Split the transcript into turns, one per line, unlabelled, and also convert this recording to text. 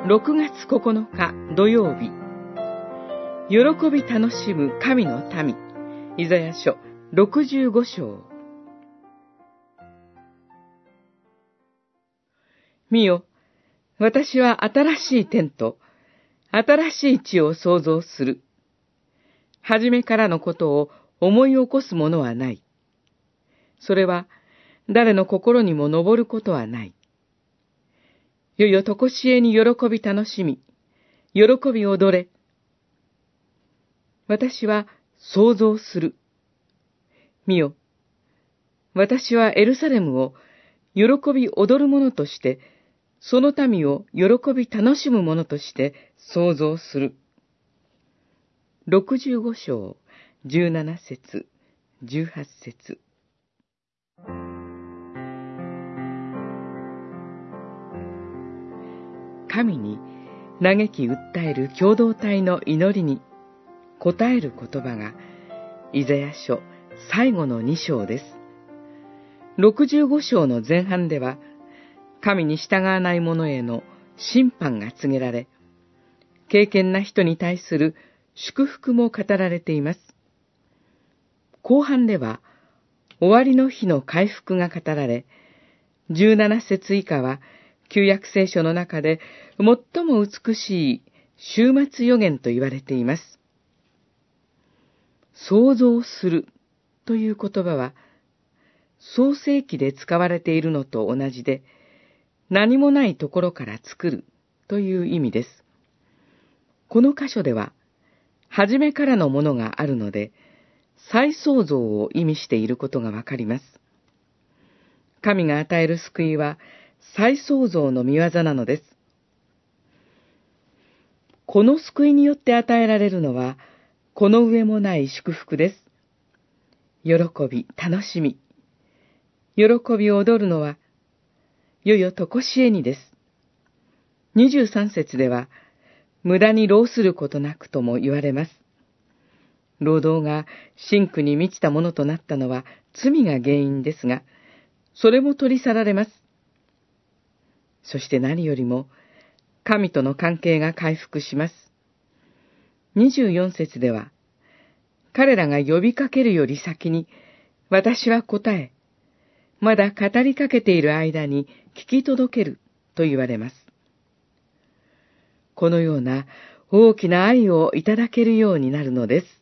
6月9日土曜日、喜び楽しむ神の民、イザヤ書65章。見よ、私は新しい天と新しい地を創造する。はじめからのことを思い起こすものはない。それは誰の心にも上ることはない。よよとこしえに喜び楽しみ、喜び踊れ。私は創造する。見よ、私はエルサレムを喜び踊る者として、その民を喜び楽しむ者として創造する。65章17節18節。神に嘆き訴える共同体の祈りに応える言葉がイザヤ書最後の2章です。65章の前半では神に従わない者への審判が告げられ、敬虔な人に対する祝福も語られています。後半では終わりの日の回復が語られ、17節以下は旧約聖書の中で最も美しい終末予言と言われています。創造するという言葉は創世記で使われているのと同じで、何もないところから作るという意味です。この箇所では初めからのものがあるので、再創造を意味していることがわかります。神が与える救いは再創造の御業なのです。この救いによって与えられるのは、この上もない祝福です。喜び、楽しみ。喜び踊るのは、よよとこしえにです。23節では、無駄に労することなくとも言われます。労働が真苦に満ちたものとなったのは罪が原因ですが、それも取り去られます。そして何よりも、神との関係が回復します。24節では、彼らが呼びかけるより先に、私は答え、まだ語りかけている間に聞き届けると言われます。このような大きな愛をいただけるようになるのです。